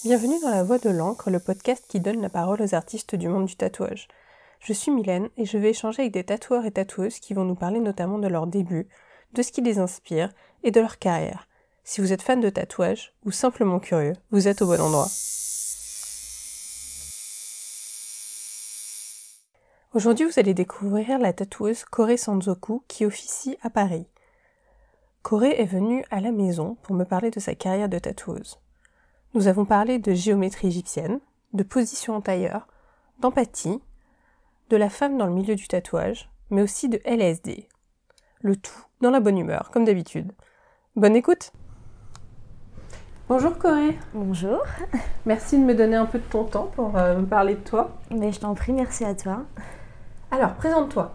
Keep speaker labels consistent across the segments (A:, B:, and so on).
A: Bienvenue dans La Voix de l'encre, le podcast qui donne la parole aux artistes du monde du tatouage. Je suis Mylène et je vais échanger avec des tatoueurs et tatoueuses qui vont nous parler notamment de leurs débuts, de ce qui les inspire et de leur carrière. Si vous êtes fan de tatouage ou simplement curieux, vous êtes au bon endroit. Aujourd'hui, vous allez découvrir la tatoueuse Kore Sanzoku qui officie à Paris. Kore est venue à la maison pour me parler de sa carrière de tatoueuse. Nous avons parlé de géométrie égyptienne, de position en tailleur, d'empathie, de la femme dans le milieu du tatouage, mais aussi de LSD. Le tout dans la bonne humeur, comme d'habitude. Bonne écoute! Bonjour Kore.
B: Bonjour.
A: Merci de me donner un peu de ton temps pour me parler de toi.
B: Mais je t'en prie, merci à toi.
A: Alors, présente-toi.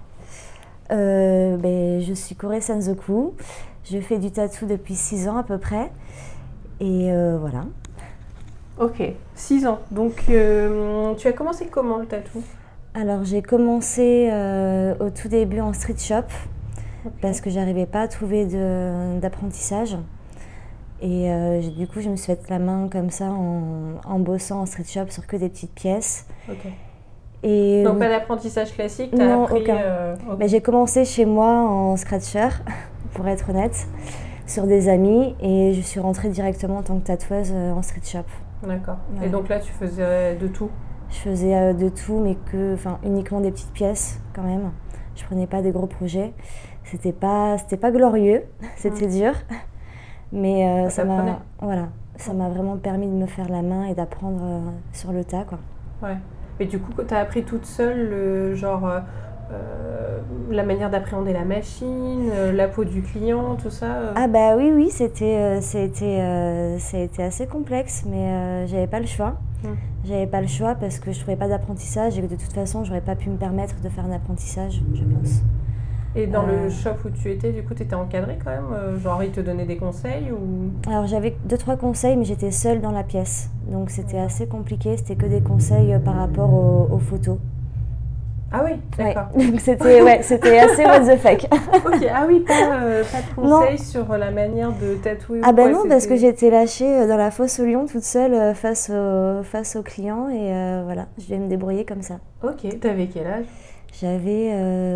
B: Je suis Kore Sanzoku. Je fais du tatou depuis 6 ans à peu près. Et voilà.
A: Ok, 6 ans. Donc, tu as commencé comment le tatou?
B: Alors, j'ai commencé au tout début en street shop parce que j'arrivais pas à trouver d'apprentissage. Et du coup, je me suis fait la main comme ça en bossant en street shop sur que des petites pièces.
A: Ok.
B: Et
A: Donc, pas d'apprentissage classique, t'as
B: non,
A: appris...
B: aucun.
A: Okay.
B: Mais j'ai commencé chez moi en scratcher, pour être honnête, sur des amis. Et je suis rentrée directement en tant que tatoueuse en street shop.
A: D'accord.
B: Ouais.
A: Et donc là, tu faisais de tout?
B: Je faisais de tout, mais uniquement des petites pièces quand même. Je prenais pas des gros projets. C'était pas glorieux, c'était dur. Mais ça m'a vraiment permis de me faire la main et d'apprendre sur le tas, quoi.
A: Ouais. Mais du coup, tu as appris toute seule, la manière d'appréhender la machine, la peau du client, tout ça
B: Ah bah oui, c'était assez complexe, mais j'avais pas le choix. J'avais pas le choix parce que je trouvais pas d'apprentissage et que de toute façon, j'aurais pas pu me permettre de faire un apprentissage, je pense.
A: Et dans le shop où tu étais, du coup, tu étais encadrée quand même? Genre, ils te donnaient des conseils ou...
B: Alors, j'avais 2-3 conseils, mais j'étais seule dans la pièce. Donc, c'était assez compliqué. C'était que des conseils par rapport aux photos.
A: Ah oui, d'accord.
B: Ouais. Donc, c'était assez what the fuck.
A: Ok, ah oui, pas de conseils sur la manière de tatouer
B: ou quoi, non, parce que j'étais lâchée dans la fosse au lion toute seule face aux clients. Et voilà, je devais me débrouiller comme ça.
A: Ok, t'avais quel âge?
B: J'avais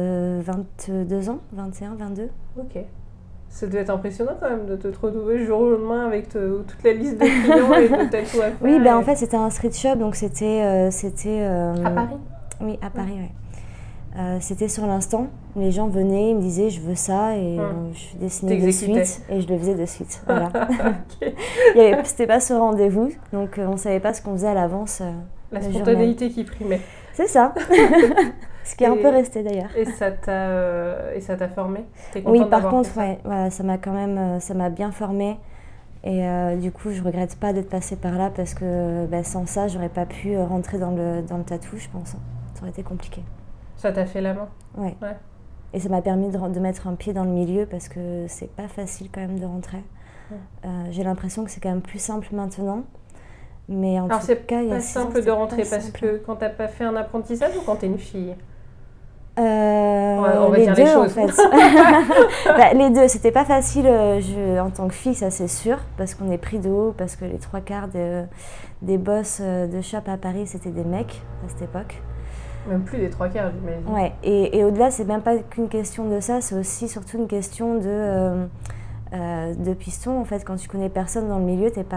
B: 22 ans, 21, 22.
A: Ok. Ça devait être impressionnant quand même de te retrouver jour au lendemain avec toute la liste de clients et de tatous à faire.
B: Oui, en fait, c'était un street shop, donc c'était...
A: À Paris?
B: Oui, à Paris, oui. C'était sur l'instant. Les gens venaient, ils me disaient je veux ça et je dessinais de suite et je le faisais de suite. Voilà. Okay. C'était pas ce rendez-vous, donc on savait pas ce qu'on faisait à l'avance.
A: La spontanéité qui primait.
B: C'est ça. Ce qui est un peu resté d'ailleurs.
A: Et ça t'a formé?
B: Oui, par contre, voilà, ça m'a bien formé. Et du coup, je regrette pas d'être passée par là parce que sans ça, j'aurais pas pu rentrer dans le tatou, je pense. Ça aurait été compliqué.
A: Ça t'a fait la main?
B: Ouais. Et ça m'a permis de mettre un pied dans le milieu parce que c'est pas facile quand même de rentrer. J'ai l'impression que c'est quand même plus simple maintenant. Mais en tout cas,
A: c'est pas simple de rentrer parce que quand t'as pas fait un apprentissage ou quand t'es une fille?
B: On va dire
A: les deux,
B: en fait. Les deux, c'était pas facile en tant que fille, ça c'est sûr, parce qu'on est pris de haut, parce que les 3/4 des boss de shop à Paris, c'était des mecs à cette époque.
A: Même plus des 3/4, j'imagine.
B: Ouais, et au-delà, c'est même pas qu'une question de ça, c'est aussi surtout une question de piston. En fait, quand tu connais personne dans le milieu, t'es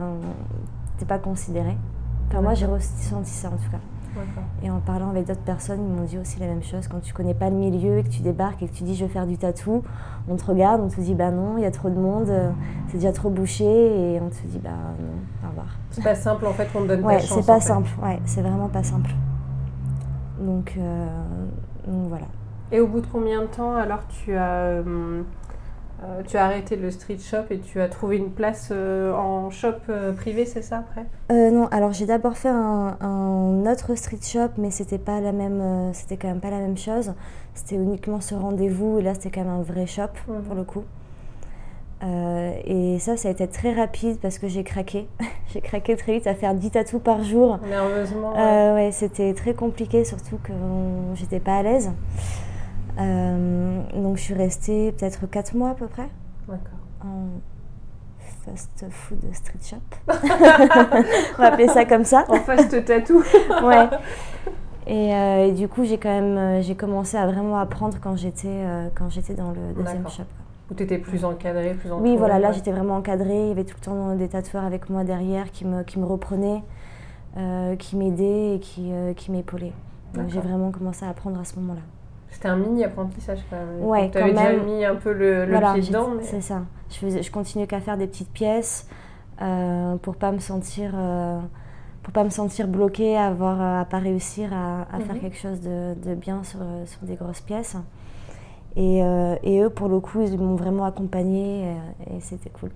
B: pas considéré. Enfin, moi, j'ai ressenti ça en tout cas.
A: D'accord.
B: Et en parlant avec d'autres personnes, ils m'ont dit aussi la même chose. Quand tu connais pas le milieu et que tu débarques et que tu dis je veux faire du tatou, on te regarde, on te dit bah non, il y a trop de monde, c'est déjà trop bouché et on te dit bah non, au revoir.
A: C'est pas simple en fait, on te donne ta chance.
B: Ouais, c'est pas simple, c'est vraiment pas simple. Donc voilà.
A: Et au bout de combien de temps alors tu as arrêté le street shop et tu as trouvé une place en shop privé, c'est ça après?
B: Non, alors j'ai d'abord fait un autre street shop, mais c'était quand même pas la même chose. C'était uniquement ce rendez-vous et là c'était quand même un vrai shop pour le coup. Et ça a été très rapide parce que j'ai craqué. J'ai craqué très vite à faire 10 tatous par jour.
A: Nerveusement.
B: Ouais, c'était très compliqué, surtout que j'étais pas à l'aise. Donc je suis restée peut-être 4 mois à peu près.
A: D'accord.
B: fast-food street shop. On va appeler ça comme ça.
A: En fast tattoo.
B: Ouais. Et du coup, j'ai commencé à vraiment apprendre quand j'étais dans le deuxième shop.
A: Où tu étais plus encadrée, plus entourée.
B: Oui, voilà, là j'étais vraiment encadrée. Il y avait tout le temps des tatoueurs avec moi derrière qui me reprenaient, qui m'aidaient et qui m'épaulaient. Donc j'ai vraiment commencé à apprendre à ce moment-là.
A: C'était un mini apprentissage quand même.
B: Ouais,
A: tu avais déjà mis un peu le pied dedans. Mais...
B: C'est ça. Je continuais qu'à faire des petites pièces pour pas me sentir bloquée, à pas réussir à faire quelque chose de bien sur des grosses pièces. Et eux, pour le coup, ils m'ont vraiment accompagnée et c'était cool.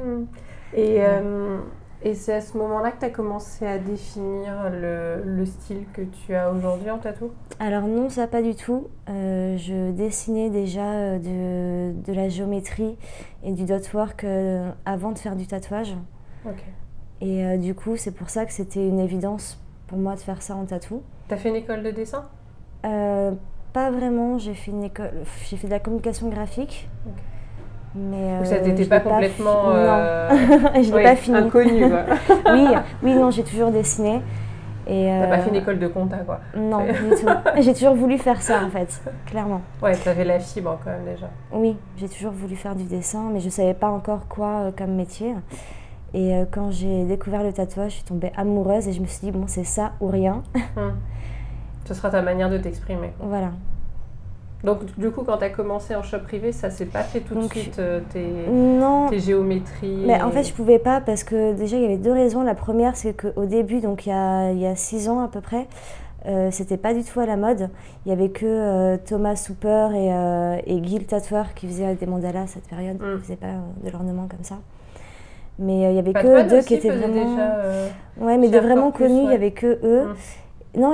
A: Et c'est à ce moment-là que tu as commencé à définir le style que tu as aujourd'hui en tatou ?
B: Alors non, ça pas du tout. Je dessinais déjà de la géométrie et du dot work avant de faire du tatouage.
A: Ok.
B: Et du coup, c'est pour ça que c'était une évidence pour moi de faire ça en tatou.
A: Tu as fait une école de dessin ?
B: Pas vraiment. J'ai fait de la communication graphique. Okay. Mais
A: ça n'était pas complètement
B: non. Je l'ai pas fini.
A: Inconnu, quoi.
B: oui, non, j'ai toujours dessiné.
A: T'as pas fait une école de compta, quoi.
B: Non, du tout. J'ai toujours voulu faire ça, en fait, clairement.
A: Ouais, t'avais la fibre quand même déjà.
B: Oui, j'ai toujours voulu faire du dessin, mais je savais pas encore quoi comme métier. Et quand j'ai découvert le tatouage, je suis tombée amoureuse et je me suis dit, bon, c'est ça ou rien.
A: Ce sera ta manière de t'exprimer.
B: Voilà.
A: Donc, du coup, quand tu as commencé en shop privé, ça s'est pas fait tout de suite, tes géométries
B: Mais en fait, je pouvais pas parce que déjà, il y avait deux raisons. La première, c'est qu'au début, donc il y a 6 ans à peu près, c'était pas du tout à la mode. Il y avait que Thomas Souper et Guy le tatoueur qui faisaient des mandalas à cette période. Ils faisaient pas de l'ornement comme ça. Mais il y avait que eux deux qui étaient vraiment... ouais, mais de vraiment connus, il y avait que eux. Non,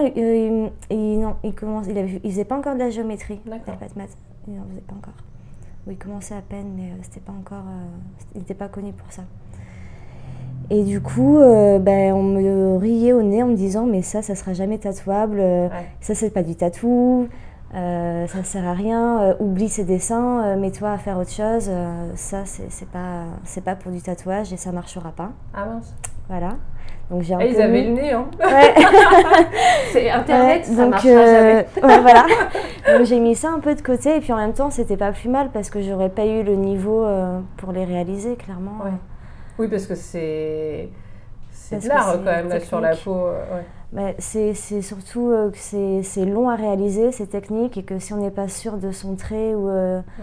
B: il faisait pas encore de la géométrie.
A: D'accord.
B: Il n'en faisait pas encore. Il commençait à peine, mais c'était pas encore. Il n'était pas connu pour ça. Et du coup, on me riait au nez en me disant mais ça sera jamais tatouable. Ça c'est pas du tatou. Ça sert à rien. Oublie ces dessins. Mets-toi à faire autre chose. Ça c'est pas pour du tatouage et ça marchera pas.
A: Ah mince.
B: Voilà. Donc j'ai
A: ils avaient le nez, hein.
B: Ouais.
A: C'est Internet, ça
B: donc,
A: marchera jamais.
B: Ouais, voilà. Donc j'ai mis ça un peu de côté et puis en même temps c'était pas plus mal parce que j'aurais pas eu le niveau pour les réaliser clairement.
A: Ouais. Oui, parce que c'est de l'art quand même là sur la peau. Ouais.
B: Mais c'est surtout que c'est long à réaliser, c'est technique et que si on n'est pas sûr de son trait ou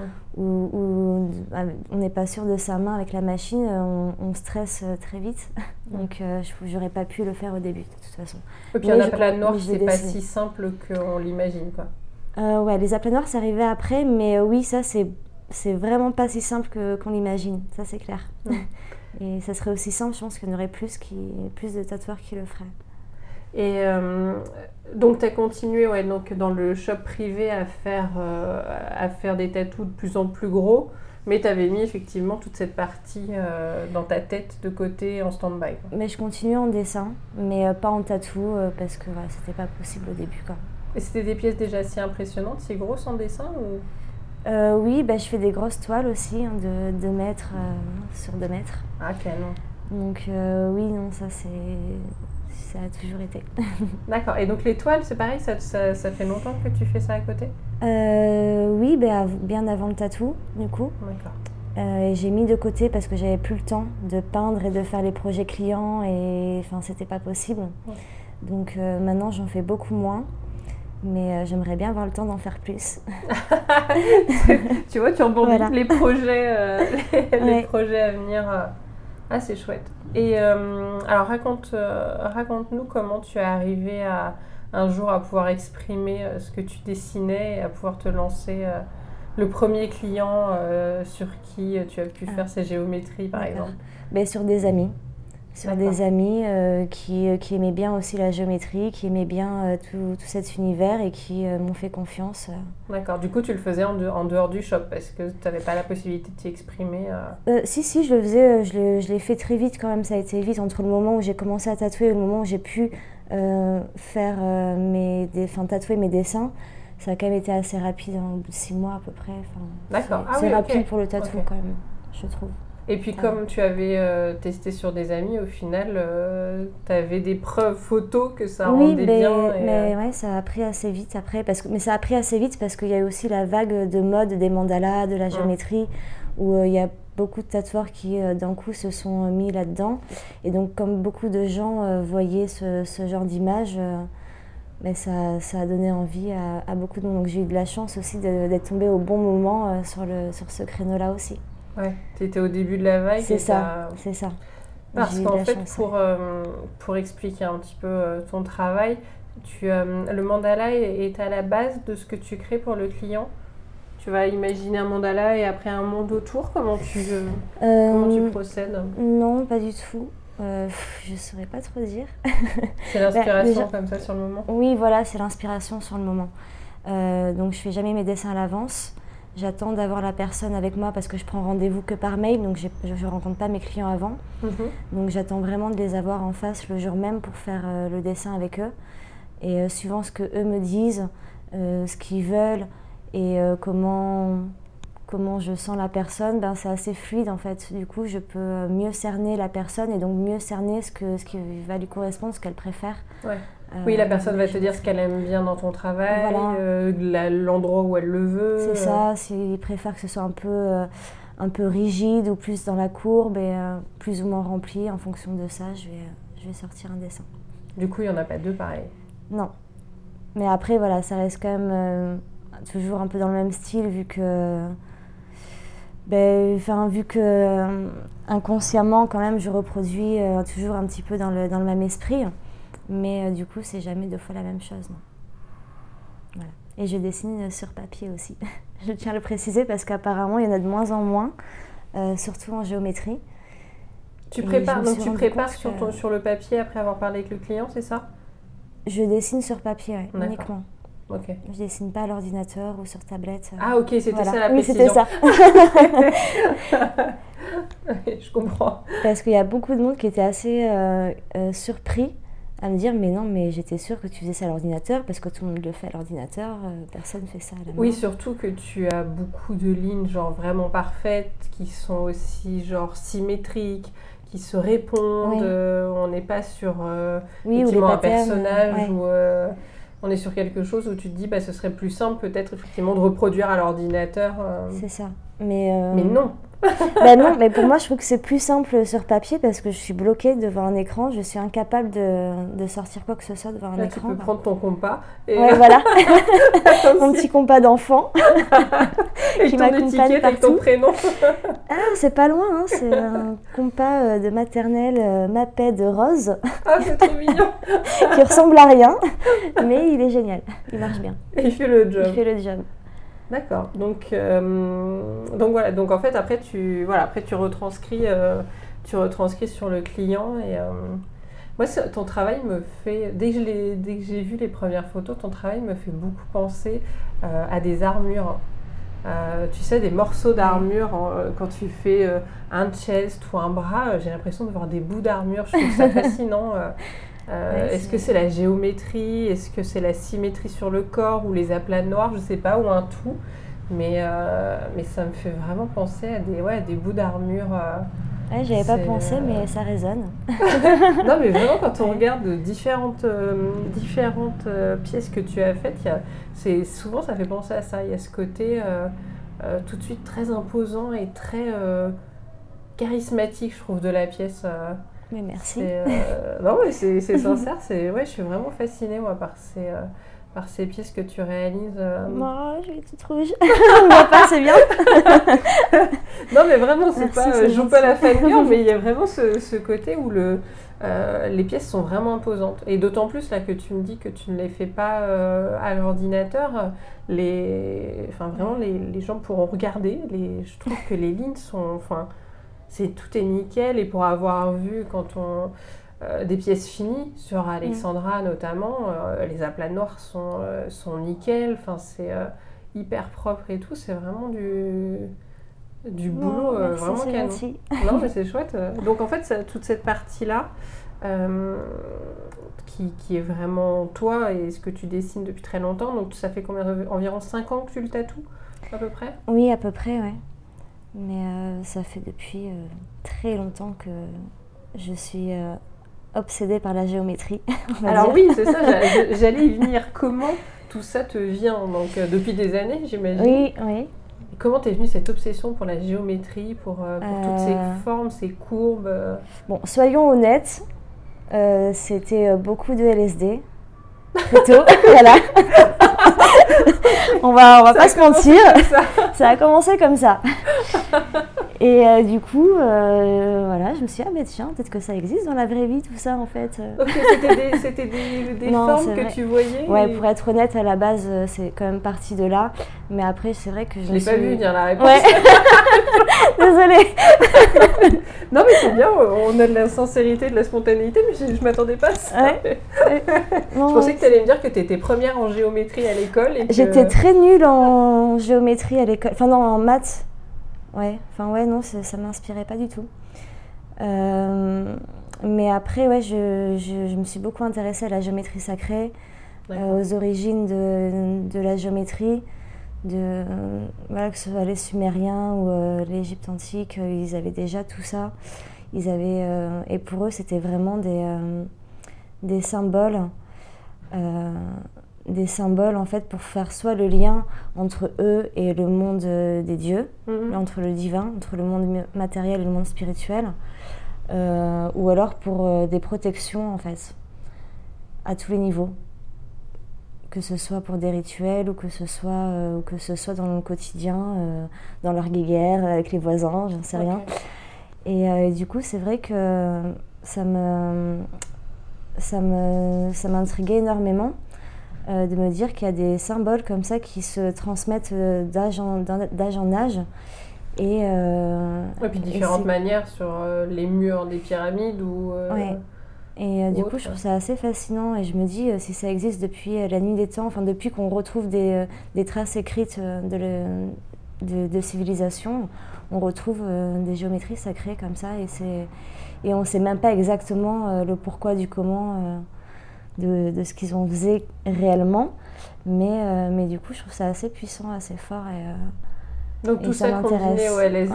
B: on n'est pas sûr de sa main avec la machine, on stresse très vite. Donc j'aurais pas pu le faire au début de toute façon.
A: Et puis un aplat noir, c'est pas si simple qu'on l'imagine, quoi.
B: Ouais, les aplats noirs c'est arrivé après, mais oui, ça c'est vraiment pas si simple qu'on l'imagine, ça c'est clair. Et ça serait aussi simple, je pense qu'il y en aurait plus de tatoueurs qui le feraient.
A: Et donc tu as continué donc dans le shop privé à faire des tatous de plus en plus gros, mais tu avais mis effectivement toute cette partie dans ta tête de côté en stand-by.
B: Mais je continuais en dessin, mais pas en tatou parce que c'était pas possible au début, quoi.
A: Et c'était des pièces déjà si impressionnantes, si grosses en dessin ou...
B: Oui, je fais des grosses toiles aussi, de 2 mètres sur 2 mètres.
A: Ah, canon.
B: Donc oui, non, ça a toujours été.
A: D'accord. Et donc les toiles, c'est pareil, ça fait longtemps que tu fais ça à côté ?
B: Oui, bien avant le tatou, du coup.
A: D'accord.
B: J'ai mis de côté parce que j'avais plus le temps de peindre et de faire les projets clients et c'était pas possible. Ouais. Donc maintenant, j'en fais beaucoup moins. Mais j'aimerais bien avoir le temps d'en faire plus.
A: Tu vois, tu rebondis les projets, les projets à venir. Ah, c'est chouette. Et alors, raconte-nous comment tu es arrivée un jour à pouvoir exprimer ce que tu dessinais et à pouvoir te lancer le premier client sur qui tu as pu faire ces géométries, par exemple.
B: Sur des amis. Sur des amis qui aimaient bien aussi la géométrie, qui aimaient bien tout cet univers et qui m'ont fait confiance.
A: D'accord. Du coup, tu le faisais en dehors du shop parce que tu n'avais pas la possibilité de t'y exprimer
B: Si, je le faisais. Je l'ai fait très vite quand même. Ça a été vite entre le moment où j'ai commencé à tatouer et le moment où j'ai pu faire tatouer mes dessins. Ça a quand même été assez rapide, au bout de 6 mois à peu près.
A: D'accord.
B: C'est rapide pour le tatou quand même, je trouve.
A: Et puis comme tu avais testé sur des amis, au final, tu avais des preuves photos que ça rendait bien.
B: Mais ouais, ça a pris assez vite après. Mais ça a pris assez vite parce qu'il y a eu aussi la vague de mode des mandalas, de la géométrie, où il y a beaucoup de tatoueurs qui d'un coup se sont mis là-dedans. Et donc comme beaucoup de gens voyaient ce genre d'image, mais ça a donné envie à beaucoup de monde. Donc j'ai eu de la chance aussi d'être tombée au bon moment sur ce créneau-là aussi.
A: Ouais, tu étais au début de la vague.
B: C'est ça.
A: Parce qu'en fait, pour expliquer un petit peu ton travail, le mandala est à la base de ce que tu crées pour le client. Tu vas imaginer un mandala et après un monde autour. Comment tu procèdes?
B: Non, pas du tout. Je ne saurais pas trop dire.
A: C'est l'inspiration comme ça sur le moment? Oui,
B: voilà, c'est l'inspiration sur le moment. Donc je ne fais jamais mes dessins à l'avance. J'attends d'avoir la personne avec moi parce que je prends rendez-vous que par mail, donc je ne rencontre pas mes clients avant. Donc j'attends vraiment de les avoir en face le jour même pour faire le dessin avec eux. Et suivant ce qu'eux me disent, ce qu'ils veulent et comment je sens la personne, c'est assez fluide en fait. Du coup, je peux mieux cerner la personne et donc mieux cerner ce qui va lui correspondre, ce qu'elle préfère.
A: Ouais. Oui, la personne va te dire ce qu'elle aime bien dans ton travail, voilà. L'endroit où elle le veut.
B: C'est ça, s'il préfère que ce soit un peu rigide ou plus dans la courbe et plus ou moins rempli, en fonction de ça, je vais sortir un dessin.
A: Du coup, il n'y en a pas deux pareils?
B: Non. Mais après, voilà, ça reste quand même toujours un peu dans le même style, vu que inconsciemment, quand même, je reproduis toujours un petit peu dans le même esprit. Mais du coup, c'est jamais deux fois la même chose. Non. Voilà. Et je dessine sur papier aussi. Je tiens à le préciser parce qu'apparemment, il y en a de moins en moins, surtout en géométrie.
A: Tu prépares sur le papier après avoir parlé avec le client, c'est ça?
B: Je dessine sur papier, ouais, uniquement.
A: Okay.
B: Je dessine pas à l'ordinateur ou sur tablette.
A: Ah ok, c'était ça la précision.
B: Oui, c'était ça.
A: Je comprends.
B: Parce qu'il y a beaucoup de monde qui était assez surpris à me dire mais non, mais j'étais sûre que tu faisais ça à l'ordinateur parce que tout le monde le fait à l'ordinateur, personne ne fait ça à la main.
A: Oui, surtout que tu as beaucoup de lignes genre vraiment parfaites qui sont aussi genre symétriques, qui se répondent. On n'est pas sur effectivement un personnage ou on est sur quelque chose où tu te dis ce serait plus simple peut-être effectivement de reproduire à l'ordinateur.
B: C'est ça. Mais
A: non.
B: Non, mais pour moi, je trouve que c'est plus simple sur papier parce que je suis bloquée devant un écran. Je suis incapable de sortir quoi que ce soit devant un écran.
A: Tu peux prendre ton compas.
B: Et voilà. Mon petit compas d'enfant.
A: Et ton étiquette avec ton prénom.
B: Ah, c'est pas loin. Hein. C'est un compas de maternelle Maped rose.
A: Ah, c'est trop mignon.
B: Qui ressemble à rien, mais il est génial. Il marche bien.
A: Et il fait le job.
B: Il fait le job.
A: D'accord. Donc voilà. Donc en fait après tu retranscris sur le client et moi ton travail me fait dès que j'ai vu les premières photos, ton travail me fait beaucoup penser à des armures. Tu sais, des morceaux d'armure quand tu fais un chest ou un bras, j'ai l'impression de voir des bouts d'armure. Je trouve ça fascinant. Est-ce que c'est la géométrie? Est-ce que c'est la symétrie sur le corps ou les aplats noirs? Je sais pas, ou un tout. Mais ça me fait vraiment penser à des bouts d'armure.
B: J'avais pas pensé, mais ça résonne.
A: Non, mais vraiment, quand on regarde différentes pièces que tu as faites, souvent ça fait penser à ça. Il y a ce côté tout de suite très imposant et très charismatique, je trouve, de la pièce.
B: Mais merci.
A: Non, mais c'est sincère. Je suis vraiment fascinée, moi, par ces pièces que tu réalises.
B: Moi, je vais toute rouge. On voit pas, c'est bien.
A: Non, mais vraiment, je joue pas la fangirl, mais il y a vraiment ce côté où les pièces sont vraiment imposantes. Et d'autant plus, là, que tu me dis que tu ne les fais pas à l'ordinateur, vraiment, les gens pourront regarder. Je trouve que les lignes sont... tout est nickel, et pour avoir vu des pièces finies sur Alexandra notamment, les aplats noirs sont nickel, c'est hyper propre et tout, c'est vraiment du boulot vraiment canon. Non, mais c'est chouette. Donc en fait, toute cette partie-là qui est vraiment toi et ce que tu dessines depuis très longtemps, donc ça fait environ 5 ans que tu le tatoues à peu près?
B: Oui, à peu près, ouais. Mais ça fait depuis très longtemps que je suis obsédée par la géométrie.
A: Alors oui, c'est ça, j'allais y venir. Comment tout ça te vient donc, depuis des années, j'imagine?
B: Oui, oui.
A: Comment t'es venue cette obsession pour la géométrie, pour toutes ces formes, ces courbes?
B: Bon, soyons honnêtes, c'était beaucoup de LSD. Plutôt, voilà. on va pas se mentir. Ça a commencé comme ça. Et du coup, voilà, je me suis dit, ah ben tiens, peut-être que ça existe dans la vraie vie, tout ça en fait.
A: Ok, c'était des
B: non,
A: formes que tu voyais?
B: Ouais, pour être honnête, à la base, c'est quand même parti de là. Mais après, c'est vrai que je
A: l'ai pas vu venir la réponse.
B: Ouais. Désolée.
A: Non mais c'est bien, on a de la sincérité, de la spontanéité, mais je m'attendais pas à ça.
B: Ouais.
A: Non, je pensais que tu allais me dire que tu étais première en géométrie à l'école.
B: J'étais très nulle en géométrie à l'école, enfin non, en maths. Ouais, non, ça m'inspirait pas du tout. Mais après, ouais, je me suis beaucoup intéressée à la géométrie sacrée, aux origines de la géométrie, voilà, que ce soit les Sumériens ou l'Égypte antique, ils avaient déjà tout ça. Et pour eux, c'était vraiment des symboles. Des symboles en fait pour faire soit le lien entre eux et le monde des dieux, entre le divin, entre le monde matériel et le monde spirituel, ou alors pour des protections en fait, à tous les niveaux, que ce soit pour des rituels ou que ce soit dans le quotidien, dans leur guéguerre avec les voisins, j'en sais rien. Et du coup c'est vrai que ça m'intriguait énormément. De me dire qu'il y a des symboles comme ça qui se transmettent d'âge en âge. Et
A: puis différentes manières sur les murs des pyramides.
B: Et du coup, je trouve ça assez fascinant. Et je me dis, si ça existe depuis la nuit des temps, enfin depuis qu'on retrouve des traces écrites de civilisation, on retrouve des géométries sacrées comme ça. Et on ne sait même pas exactement le pourquoi du comment... De ce qu'ils ont faisait réellement, mais du coup je trouve ça assez puissant, assez fort
A: donc
B: et
A: tout ça combiné au LSD,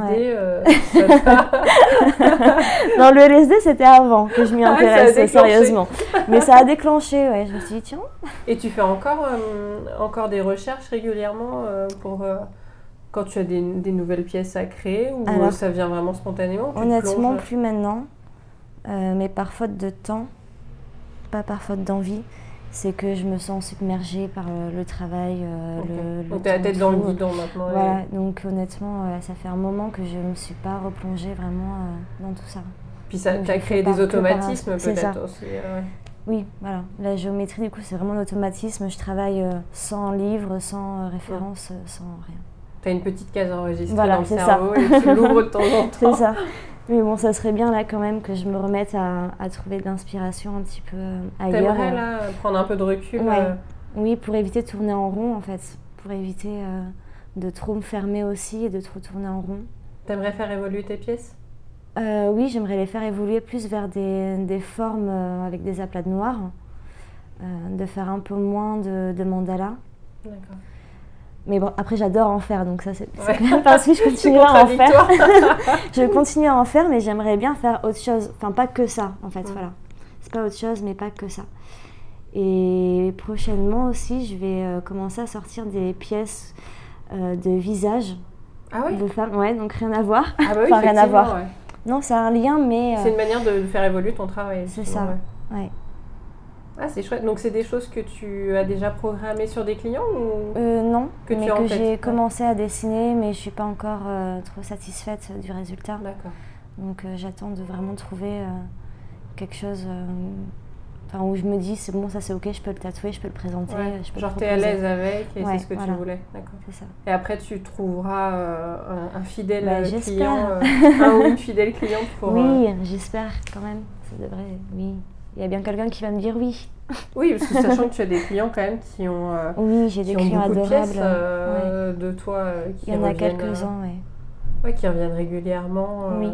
B: non, le LSD c'était avant que je m'y intéresse sérieusement, mais ça a déclenché, je me suis dit tiens.
A: Et tu fais encore des recherches régulièrement pour quand tu as des nouvelles pièces à créer, ou alors, ça vient vraiment spontanément?
B: Honnêtement plus maintenant, mais par faute de temps, pas par faute d'envie, c'est que je me sens submergée par le travail.
A: Donc tu as la tête dans le guidon maintenant.
B: Voilà, donc honnêtement, ça fait un moment que je ne me suis pas replongée vraiment dans tout ça.
A: Puis ça t'a créé des automatismes peut-être aussi.
B: Oui, voilà. La géométrie, du coup, c'est vraiment l'automatisme. Je travaille sans livre, sans référence, sans rien.
A: Tu as une petite case enregistrée dans le cerveau et tu l'ouvres de temps en temps.
B: C'est ça. Mais bon, ça serait bien là quand même que je me remette à trouver de l'inspiration un petit peu ailleurs.
A: T'aimerais là prendre un peu de recul?
B: Oui, pour éviter de tourner en rond en fait. Pour éviter de trop me fermer aussi et de trop tourner en rond.
A: T'aimerais faire évoluer tes pièces?
B: Oui, j'aimerais les faire évoluer plus vers des formes avec des aplats de noir. De faire un peu moins de mandala. D'accord. Mais bon, après j'adore en faire, donc ça c'est quand même parce que je continuerai à en faire. Je continue à en faire, mais j'aimerais bien faire autre chose. Enfin, pas que ça, en fait, voilà. C'est pas autre chose, mais pas que ça. Et prochainement aussi, je vais commencer à sortir des pièces de visage.
A: Ah oui?
B: De femmes, donc rien à voir.
A: Ah bah oui,
B: enfin, rien à voir.
A: Ouais.
B: Non, ça a un lien, mais...
A: C'est une manière de faire évoluer ton travail.
B: C'est ça, ouais.
A: Ah, c'est chouette. Donc, c'est des choses que tu as déjà programmées sur des clients ou
B: non, que j'ai commencé à dessiner, mais je ne suis pas encore trop satisfaite du résultat.
A: D'accord.
B: Donc, j'attends de vraiment trouver quelque chose où je me dis, c'est bon, ça c'est ok, je peux le tatouer, je peux le présenter. Je peux
A: genre, tu es à l'aise avec et c'est ce que tu voulais.
B: D'accord. C'est ça.
A: Et après, tu trouveras un fidèle client,
B: un
A: ou une fidèle cliente pour...
B: Oui, j'espère quand même. Ça devrait, oui. Il y a bien quelqu'un qui va me dire oui.
A: Oui, parce que sachant que tu as des clients quand même qui ont
B: oui, j'ai des clients adorables.
A: Pièces, de toi qui reviennent.
B: Il y en a quelques-uns,
A: qui reviennent régulièrement.
B: Oui.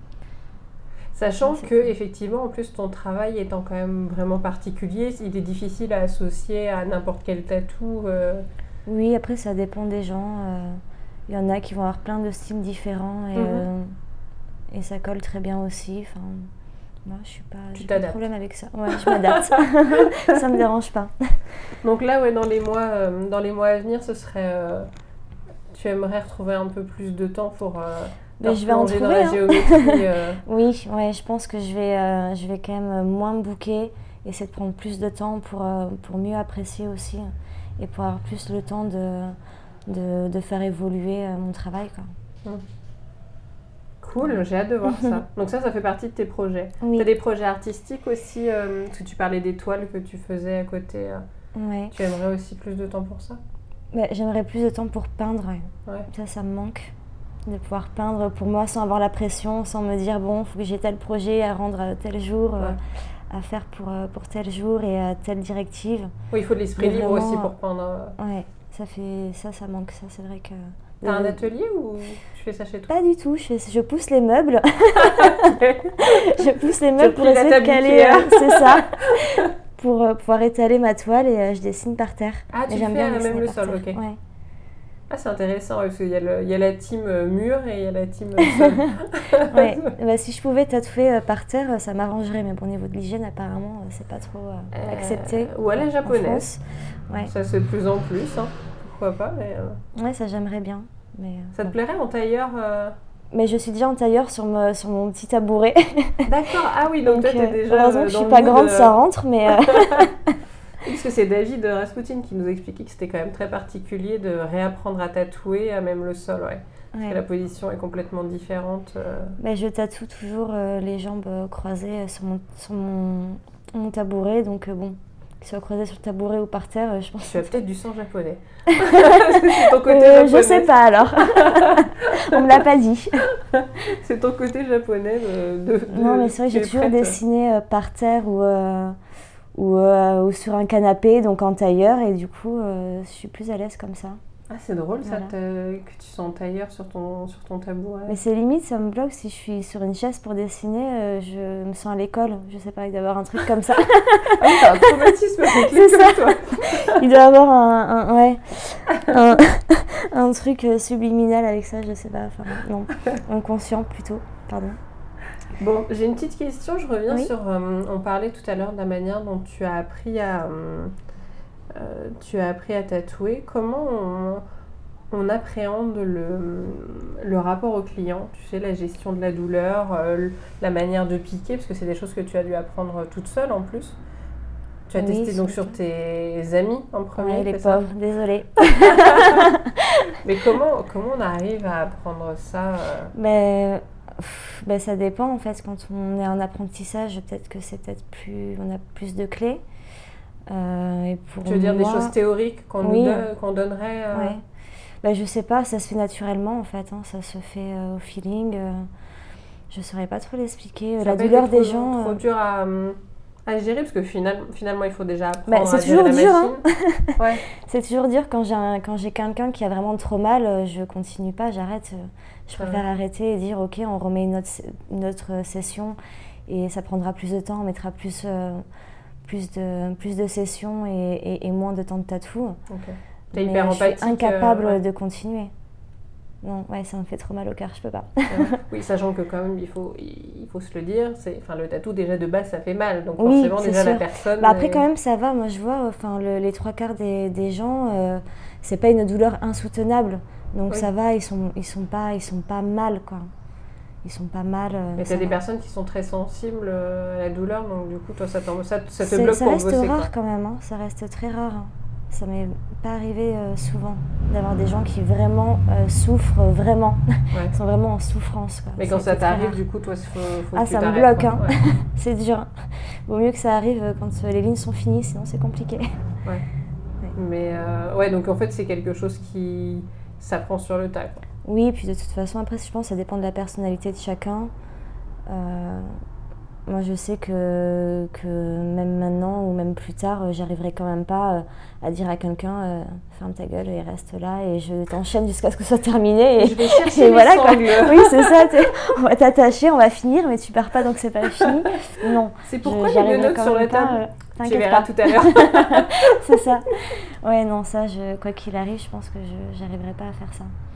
A: Sachant que effectivement, en plus, ton travail étant quand même vraiment particulier, il est difficile à associer à n'importe quel tatou.
B: Oui, après ça dépend des gens. Il y en a qui vont avoir plein de styles différents et ça colle très bien aussi. Enfin, moi, je suis pas. J'ai pas de problème avec ça. Ouais, je m'adapte. Ça me dérange pas.
A: Donc là, ouais, dans les mois à venir, ce serait. Tu aimerais retrouver un peu plus de temps pour.
B: Je vais en trouver.
A: Dans la géométrie.
B: Oui, ouais, je pense que je vais quand même moins me bouquer, essayer de prendre plus de temps pour mieux apprécier aussi et pour avoir plus le temps de faire évoluer mon travail, quoi.
A: Cool, j'ai hâte de voir ça. Donc ça fait partie de tes projets.
B: Oui.
A: Tu as des projets artistiques aussi, parce que tu parlais des toiles que tu faisais à côté.
B: Ouais.
A: Tu aimerais aussi plus de temps pour ça?
B: J'aimerais plus de temps pour peindre. Ouais. Ça me manque. De pouvoir peindre pour moi sans avoir la pression, sans me dire bon, il faut que j'ai tel projet à rendre tel jour, à faire pour tel jour et à telle directive.
A: Oui, il faut de l'esprit libre aussi pour peindre.
B: Ouais, ça manque. Ça, c'est vrai que...
A: T'as un atelier ou tu fais ça chez toi?
B: Pas du tout, je pousse les meubles. Je pousse les meubles pour essayer de caler, c'est ça, pour pouvoir étaler ma toile et je dessine par terre.
A: Ah, tu
B: j'aime
A: fais
B: bien
A: même le sol, ok.
B: Ouais.
A: Ah, c'est intéressant, parce qu'il y a la team mur et il y a la team sol.
B: Ouais. Si je pouvais tatouer par terre, ça m'arrangerait, mais bon, au niveau de l'hygiène, apparemment, c'est pas trop accepté.
A: Ou à la japonaise.
B: Ouais.
A: Ça, c'est de plus en plus, hein. Pourquoi pas, mais...
B: Ouais, ça, j'aimerais bien. Mais,
A: ça te plairait en tailleur
B: Mais je suis déjà en tailleur sur mon petit tabouret.
A: D'accord, ah oui, donc toi, t'es déjà...
B: Heureusement que je suis pas grande, ça rentre, mais...
A: Parce que c'est David Rasputin qui nous expliquait que c'était quand même très particulier de réapprendre à tatouer à même le sol, ouais. Parce que la position est complètement différente.
B: Mais je tatoue toujours les jambes croisées sur mon tabouret, donc bon, qu'il soit croisé sur le tabouret ou par terre, je pense.
A: Tu as peut-être du sang japonais. C'est ton côté japonais.
B: Je sais pas alors. On me l'a pas dit.
A: C'est ton côté japonais
B: Non, mais c'est vrai, j'ai toujours dessiné par terre ou sur un canapé, donc en tailleur, et du coup, je suis plus à l'aise comme ça.
A: Ah, c'est drôle ça, que tu sois en tailleur sur ton tabouret.
B: Mais c'est limite, ça me bloque si je suis sur une chaise pour dessiner, je me sens à l'école, je sais pas, il doit y avoir un truc comme ça.
A: Ah oui, t'as un traumatisme avec l'école, toi.
B: Il doit y avoir un truc subliminal avec ça, je sais pas, enfin non, inconscient plutôt, pardon.
A: Bon, j'ai une petite question, je reviens sur... on parlait tout à l'heure de la manière dont tu as appris à tatouer. Comment on appréhende le rapport au client? Tu sais, la gestion de la douleur, la manière de piquer, parce que c'est des choses que tu as dû apprendre toute seule en plus. Tu as testé donc sur tes amis en premier,
B: les pauvres, désolée.
A: Mais comment on arrive à apprendre ça
B: ça dépend en fait. Quand on est en apprentissage, peut-être que on a plus de clés. Et pour
A: tu veux dire des choses théoriques qu'on donnerait
B: je sais pas, ça se fait naturellement en fait, hein, ça se fait au feeling. Je saurais pas trop l'expliquer. La douleur des gens.
A: C'est trop dur à gérer parce que finalement il faut déjà apprendre à
B: gérer la machine.
A: Ouais.
B: C'est toujours dur quand j'ai quelqu'un qui a vraiment trop mal, je continue pas, j'arrête. Je préfère arrêter et dire ok, on remet une autre session et ça prendra plus de temps, on mettra plus de sessions et moins de temps de tatou.
A: Okay. T'es hyper empathique.
B: Je suis incapable de continuer. Non, ça me fait trop mal au cœur, je peux pas.
A: Oui, sachant que quand même, il faut se le dire, le tatou déjà de base ça fait mal, donc forcément déjà
B: sûr.
A: la personne...
B: Après quand même ça va, moi je vois, les 3/4 des gens, c'est pas une douleur insoutenable, donc ça va, ils sont pas mal quoi. Ils sont pas mal.
A: Mais t'as des personnes qui sont très sensibles à la douleur, donc du coup toi ça te bloque pour bosser.
B: Ça reste rare quand même, hein. Ça reste très rare. Hein. Ça m'est pas arrivé souvent d'avoir des gens qui vraiment souffrent vraiment. Ouais. Ils sont vraiment en souffrance. Quoi.
A: Mais quand ça t'arrive, du coup, toi, faut que tu
B: ça me bloque. Hein. Ouais. C'est dur. Vaut mieux que ça arrive quand les lignes sont finies, sinon c'est compliqué.
A: Ouais. Mais donc en fait, c'est quelque chose qui s'apprend sur le tas. Quoi.
B: Oui, puis de toute façon, après, je pense que ça dépend de la personnalité de chacun. Moi, je sais que même maintenant ou même plus tard, j'arriverai quand même pas à dire à quelqu'un ferme ta gueule et reste là et je t'enchaîne jusqu'à ce que ce soit terminé. Et
A: je vais chercher
B: et voilà,
A: quoi.
B: Oui, c'est ça. On va t'attacher, on va finir, mais tu pars pas donc c'est pas fini. Non.
A: C'est pourquoi il y a des notes sur la table. Tu verras tout à l'heure.
B: C'est ça. Ouais, non, ça, quoi qu'il arrive, je pense que j'arriverai pas à faire ça.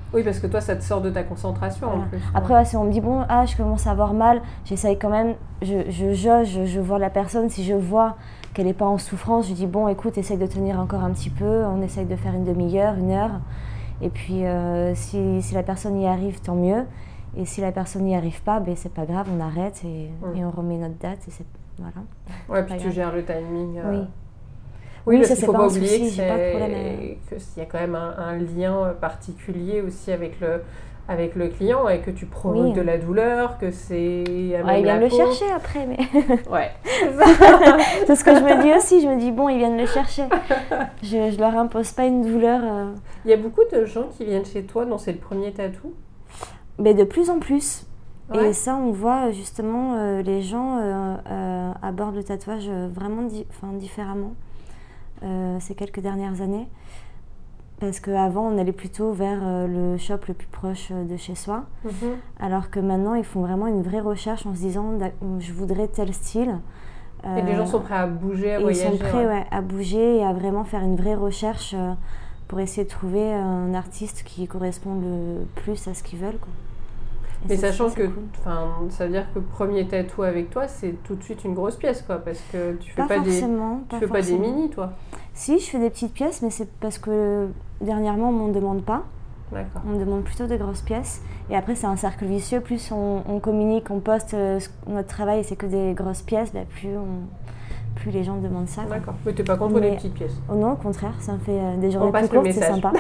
A: Oui, parce que toi, ça te sort de ta concentration en plus.
B: Après, si on me dit, bon, je commence à avoir mal, j'essaye quand même, je jauge, je vois la personne. Si je vois qu'elle n'est pas en souffrance, je dis, bon, écoute, essaye de tenir encore un petit peu, on essaye de faire une demi-heure, 1 heure. Et puis, si la personne y arrive, tant mieux. Et si la personne n'y arrive pas, c'est pas grave, on arrête et on remet notre date. Et voilà.
A: Ouais, puis tu gères le timing.
B: Oui,
A: parce
B: ça,
A: qu'il ne faut pas oublier
B: qu'il
A: y a quand même un lien particulier aussi avec le client et que tu provoques de la douleur, que c'est...
B: ils viennent le chercher après, mais...
A: Ouais.
B: C'est ce que je me dis aussi, je me dis, bon, ils viennent le chercher. Je leur impose pas une douleur.
A: Il y a beaucoup de gens qui viennent chez toi dont c'est le premier tatou?
B: Mais de plus en plus.
A: Ouais.
B: Et ça, on voit justement les gens abordent le tatouage vraiment différemment ces quelques dernières années. Parce qu'avant, on allait plutôt vers le shop le plus proche de chez soi. Alors que maintenant, ils font vraiment une vraie recherche en se disant « je voudrais tel style ».
A: Et les gens sont prêts à bouger, à voyager.
B: Ils sont prêts à bouger et à vraiment faire une vraie recherche pour essayer de trouver un artiste qui correspond le plus à ce qu'ils veulent, quoi.
A: Mais sachant que, cool. Ça veut dire que premier tatou avec toi, c'est tout de suite une grosse pièce, quoi, parce que tu fais pas des mini, toi.
B: Si, je fais des petites pièces, mais c'est parce que dernièrement, on ne m'en demande pas.
A: D'accord.
B: On me demande plutôt de grosses pièces. Et après, c'est un cercle vicieux. Plus on communique, on poste notre travail et c'est que des grosses pièces, plus les gens demandent ça.
A: D'accord. Mais tu n'es pas contre les petites pièces?
B: Oh non, au contraire, ça me fait des journées plus courtes, c'est sympa.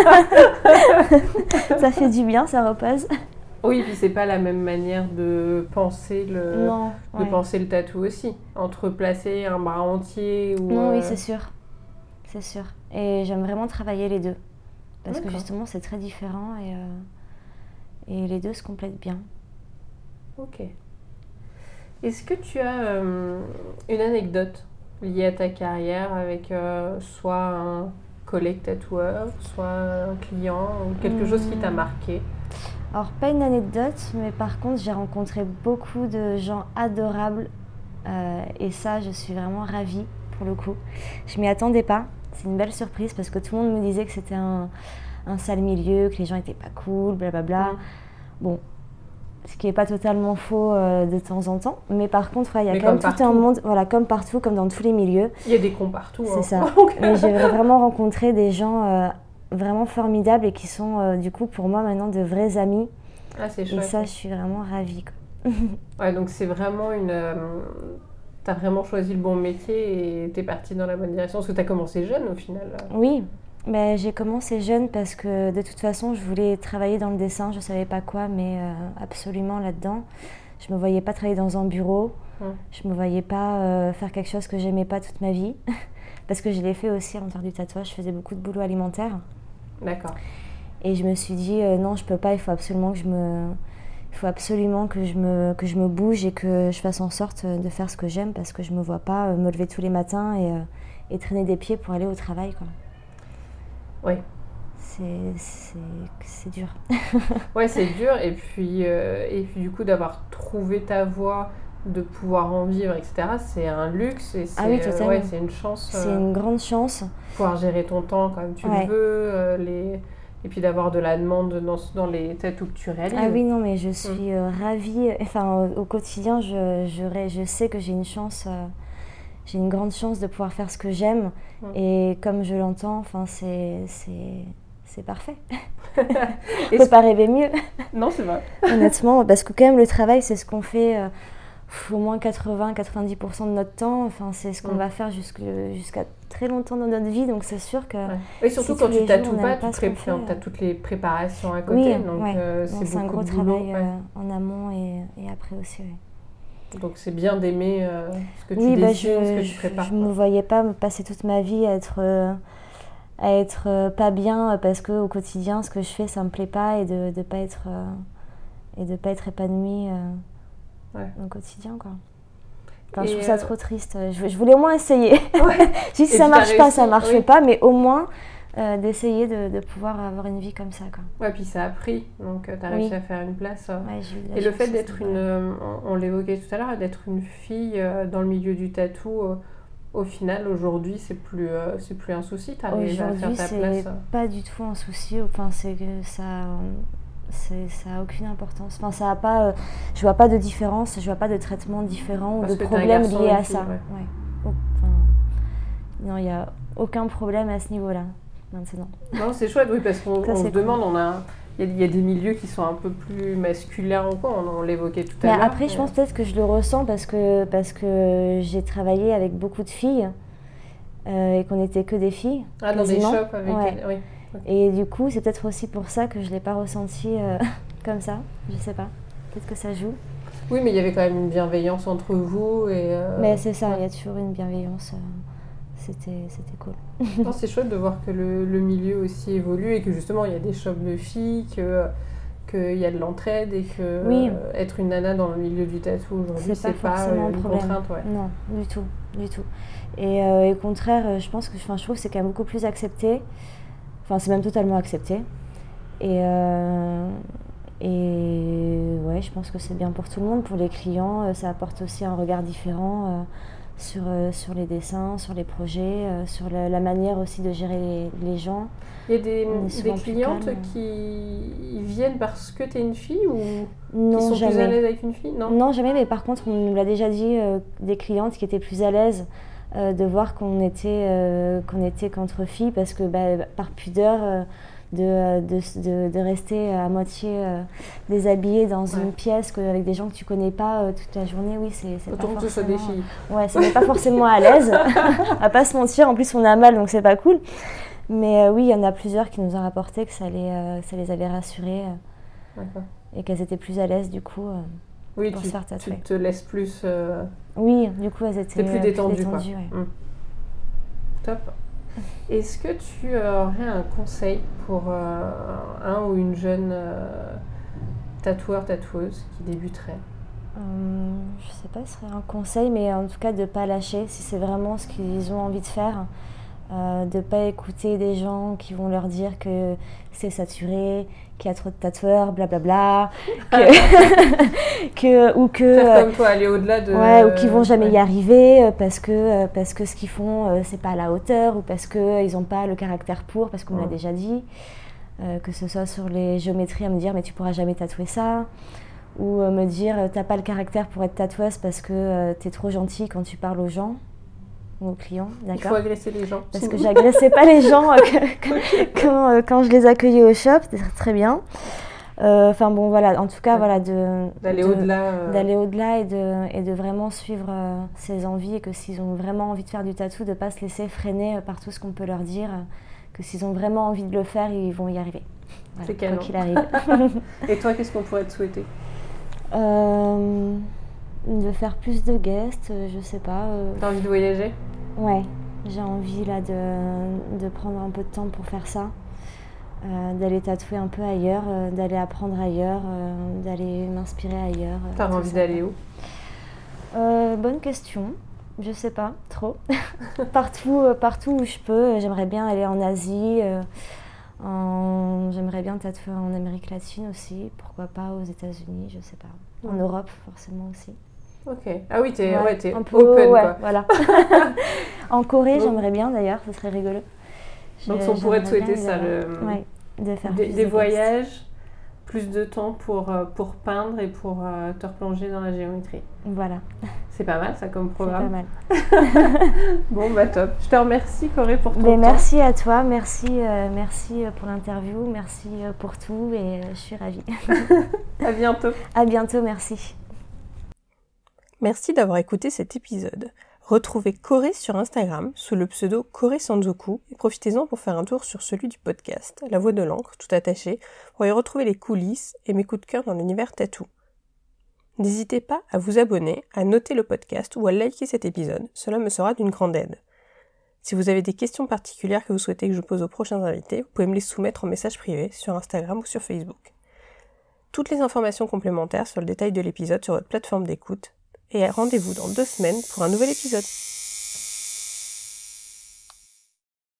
B: Ça fait du bien, ça repose.
A: Oui, puis c'est pas la même manière de penser penser le tatou aussi. Entre placer un bras entier ou...
B: Non, oui, c'est sûr. C'est sûr. Et j'aime vraiment travailler les deux. Parce que justement, c'est très différent et les deux se complètent bien.
A: Ok. Est-ce que tu as une anecdote liée à ta carrière avec soit un collègue tatoueur, soit un client ou quelque chose qui t'a marqué?
B: Alors, pas une anecdote, mais par contre, j'ai rencontré beaucoup de gens adorables et ça, je suis vraiment ravie pour le coup. Je m'y attendais pas. C'est une belle surprise parce que tout le monde me disait que c'était un sale milieu, que les gens étaient pas cool, blablabla. Bon, ce qui n'est pas totalement faux de temps en temps. Mais par contre, il y a quand même tout un monde, comme partout, comme dans tous les milieux.
A: Il y a des cons partout.
B: C'est ça. Mais j'ai vraiment rencontré des gens... vraiment formidables et qui sont du coup pour moi maintenant de vrais amis.
A: Ah, c'est chouette.
B: Et ça, je suis vraiment ravie, quoi.
A: Ouais, donc c'est vraiment t'as vraiment choisi le bon métier et t'es partie dans la bonne direction parce que t'as commencé jeune au final.
B: Oui, mais j'ai commencé jeune parce que de toute façon je voulais travailler dans le dessin, je savais pas quoi, mais absolument là-dedans. Je me voyais pas travailler dans un bureau, je me voyais pas faire quelque chose que j'aimais pas toute ma vie. Parce que je l'ai fait aussi en termes du tatouage, je faisais beaucoup de boulot alimentaire.
A: D'accord.
B: Et je me suis dit, non, je peux pas, il faut absolument que je me bouge et que je fasse en sorte de faire ce que j'aime parce que je me vois pas me lever tous les matins et traîner des pieds pour aller au travail, quoi.
A: Oui.
B: C'est dur.
A: Ouais, c'est dur. Et puis du coup, d'avoir trouvé ta voie, de pouvoir en vivre, etc., c'est un luxe et c'est,
B: oui, totalement.
A: C'est une chance.
B: C'est une grande chance.
A: Pouvoir gérer ton temps comme tu le veux, et puis d'avoir de la demande dans les tatous que tu réalises.
B: Ah oui, non, mais je suis ravie. Enfin, au quotidien, je sais que j'ai une chance, j'ai une grande chance de pouvoir faire ce que j'aime. Et comme je l'entends, enfin, c'est parfait. On ne peut pas rêver mieux.
A: Non, c'est vrai.
B: Honnêtement, parce que quand même, le travail, c'est ce qu'on fait... au moins 80-90% de notre temps, enfin, c'est ce qu'on va faire jusqu'à très longtemps dans notre vie, donc c'est sûr que...
A: Et surtout quand tu tatoues pas, tu as toutes les préparations à côté, donc c'est beaucoup
B: un gros
A: de boulot,
B: travail en amont et après aussi.
A: Donc c'est bien d'aimer ce que tu dessines, ce que tu prépares.
B: Je ne me voyais pas me passer toute ma vie à être pas bien parce qu'au quotidien, ce que je fais, ça me plaît pas et de pas être épanouie au quotidien, quoi. Enfin, je trouve ça trop triste. Je voulais au moins essayer. Si ça marche pas, ça marche pas, mais au moins d'essayer de pouvoir avoir une vie comme ça, quoi.
A: Ouais, puis ça a pris, donc tu as réussi à faire une place.
B: Et
A: le fait d'être on l'évoquait tout à l'heure, d'être une fille dans le milieu du tatou,
B: Ouais.
C: Au final, aujourd'hui, c'est plus un souci, t'arrives à faire
B: Aujourd'hui,
C: ta place.
B: c'est pas du tout un souci. Enfin, c'est que ça a aucune importance. Enfin, ça a pas. Je vois pas de différence. Je vois pas de traitement différent ou
C: Parce
B: de
C: que t'es un
B: problème
C: garçon
B: lié
C: et une
B: à
C: fille,
B: ça.
C: ouais.
B: Ouais. Enfin, non, il y a aucun problème à ce niveau-là maintenant.
C: Non, c'est chouette, oui, parce qu'on
B: Ça,
C: on se
B: c'est
C: demande, il y a des milieux qui sont un peu plus masculins ou quoi, on l'évoquait tout à
B: Mais
C: l'heure.
B: après, je pense peut-être que je le ressens parce que j'ai travaillé avec beaucoup de filles et qu'on n'était que des filles.
C: Ah, dans des
B: quasiment.
C: shops avec...
B: Ouais.
C: Oui.
B: Et du coup, c'est peut-être aussi pour ça que je ne l'ai pas ressenti comme ça. Je sais pas. Peut-être que ça joue.
C: Oui, mais il y avait quand même une bienveillance entre vous et...
B: Mais c'est ça, il
C: ouais.
B: y a toujours une bienveillance. C'était cool.
C: Non, c'est chouette de voir que le milieu aussi évolue et que justement il y a des shops de filles, qu'il y a de l'entraide et que
B: Oui.
C: Être une nana dans le milieu du tatou aujourd'hui, c'est pas
B: forcément un
C: une
B: problème.
C: contrainte. Ouais.
B: Non, du tout. Et au contraire, je trouve que c'est quand même beaucoup plus accepté. Enfin, c'est même totalement accepté. Et ouais, je pense que c'est bien pour tout le monde, pour les clients. Ça apporte aussi un regard différent sur les dessins, sur les projets, sur la manière aussi de gérer les gens.
C: Il y a des
B: souvent plus
C: clientes
B: calme.
C: qui viennent parce que tu es une fille ou
B: Non,
C: qui sont
B: jamais.
C: plus à l'aise avec une fille?
B: Non, jamais, mais par contre, on nous l'a déjà dit, des clientes qui étaient plus à l'aise de voir qu'on était qu'entre filles parce que par pudeur de rester à moitié déshabillée dans une pièce avec des gens que tu connais pas toute la journée, oui, c'est pas
C: autant que ce soit
B: forcément...
C: des filles.
B: Ouais, ça n'est pas forcément à l'aise, à pas se mentir, en plus on a mal donc c'est pas cool. Mais oui, il y en a plusieurs qui nous ont rapporté que ça les avait rassurées et qu'elles étaient plus à l'aise du coup.
C: Oui,
B: pour se faire tatouer.
C: Tu te laisses plus...
B: Oui, du coup, elles étaient
C: plus détendues. Quoi.
B: Ouais.
C: Top. Est-ce que tu aurais un conseil pour un ou une jeune tatoueur, tatoueuse qui débuterait?
B: Je sais pas si ce serait un conseil, mais en tout cas de ne pas lâcher si c'est vraiment ce qu'ils ont envie de faire. De ne pas écouter des gens qui vont leur dire que c'est saturé, qu'il y a trop de tatoueurs, blablabla, ou que
C: faire comme toi, aller au-delà de...
B: Ouais, ou qu'ils vont jamais y arriver parce que ce qu'ils font c'est pas à la hauteur ou parce qu'ils n'ont pas le caractère pour, parce qu'on me l'a déjà dit, que ce soit sur les géométries à me dire mais tu pourras jamais tatouer ça, ou me dire t'as pas le caractère pour être tatoueuse parce que t'es trop gentille quand tu parles aux gens. Aux clients, d'accord.
C: Il faut agresser les gens.
B: Parce que j'agressais pas les gens quand je les accueillais au shop, c'était très bien. Enfin bon, voilà, en tout cas, voilà,
C: d'aller au-delà.
B: D'aller au-delà et de vraiment suivre ses envies et que s'ils ont vraiment envie de faire du tatou, de ne pas se laisser freiner par tout ce qu'on peut leur dire, que s'ils ont vraiment envie de le faire, ils vont y arriver. Voilà,
C: c'est canon.
B: Quoi qu'il arrive.
C: Et toi, qu'est-ce qu'on pourrait te souhaiter?
B: De faire plus de guests, je sais pas.
C: T'as envie de voyager?
B: Ouais, j'ai envie là de prendre un peu de temps pour faire ça, d'aller tatouer un peu ailleurs, d'aller apprendre ailleurs, d'aller m'inspirer ailleurs.
C: T'as envie d'aller où?
B: Bonne question, je sais pas trop. partout où je peux, j'aimerais bien aller en Asie, j'aimerais bien tatouer en Amérique latine aussi, pourquoi pas aux États-Unis, je sais pas. En Europe forcément aussi.
C: Ok. Ah oui, t'es
B: un peu,
C: open quoi.
B: Voilà. En Corée, j'aimerais bien d'ailleurs, ce serait rigolo.
C: Donc on pourrait te souhaiter ça,
B: de faire
C: des voyages, plus de temps pour peindre et pour te replonger dans la géométrie.
B: Voilà.
C: C'est pas mal ça comme programme.
B: C'est pas mal.
C: Bon bah top. Je te remercie Corée pour ton temps.
B: Merci à toi, merci pour l'interview, merci pour tout et je suis ravie.
C: À bientôt.
B: À bientôt, merci.
A: Merci d'avoir écouté cet épisode. Retrouvez Corée sur Instagram sous le pseudo Corée Sanzoku et profitez-en pour faire un tour sur celui du podcast, La Voix de l'encre, tout attaché, pour y retrouver les coulisses et mes coups de cœur dans l'univers tatou. N'hésitez pas à vous abonner, à noter le podcast ou à liker cet épisode, cela me sera d'une grande aide. Si vous avez des questions particulières que vous souhaitez que je pose aux prochains invités, vous pouvez me les soumettre en message privé sur Instagram ou sur Facebook. Toutes les informations complémentaires sur le détail de l'épisode sur votre plateforme d'écoute, et rendez-vous dans 2 semaines pour un nouvel épisode.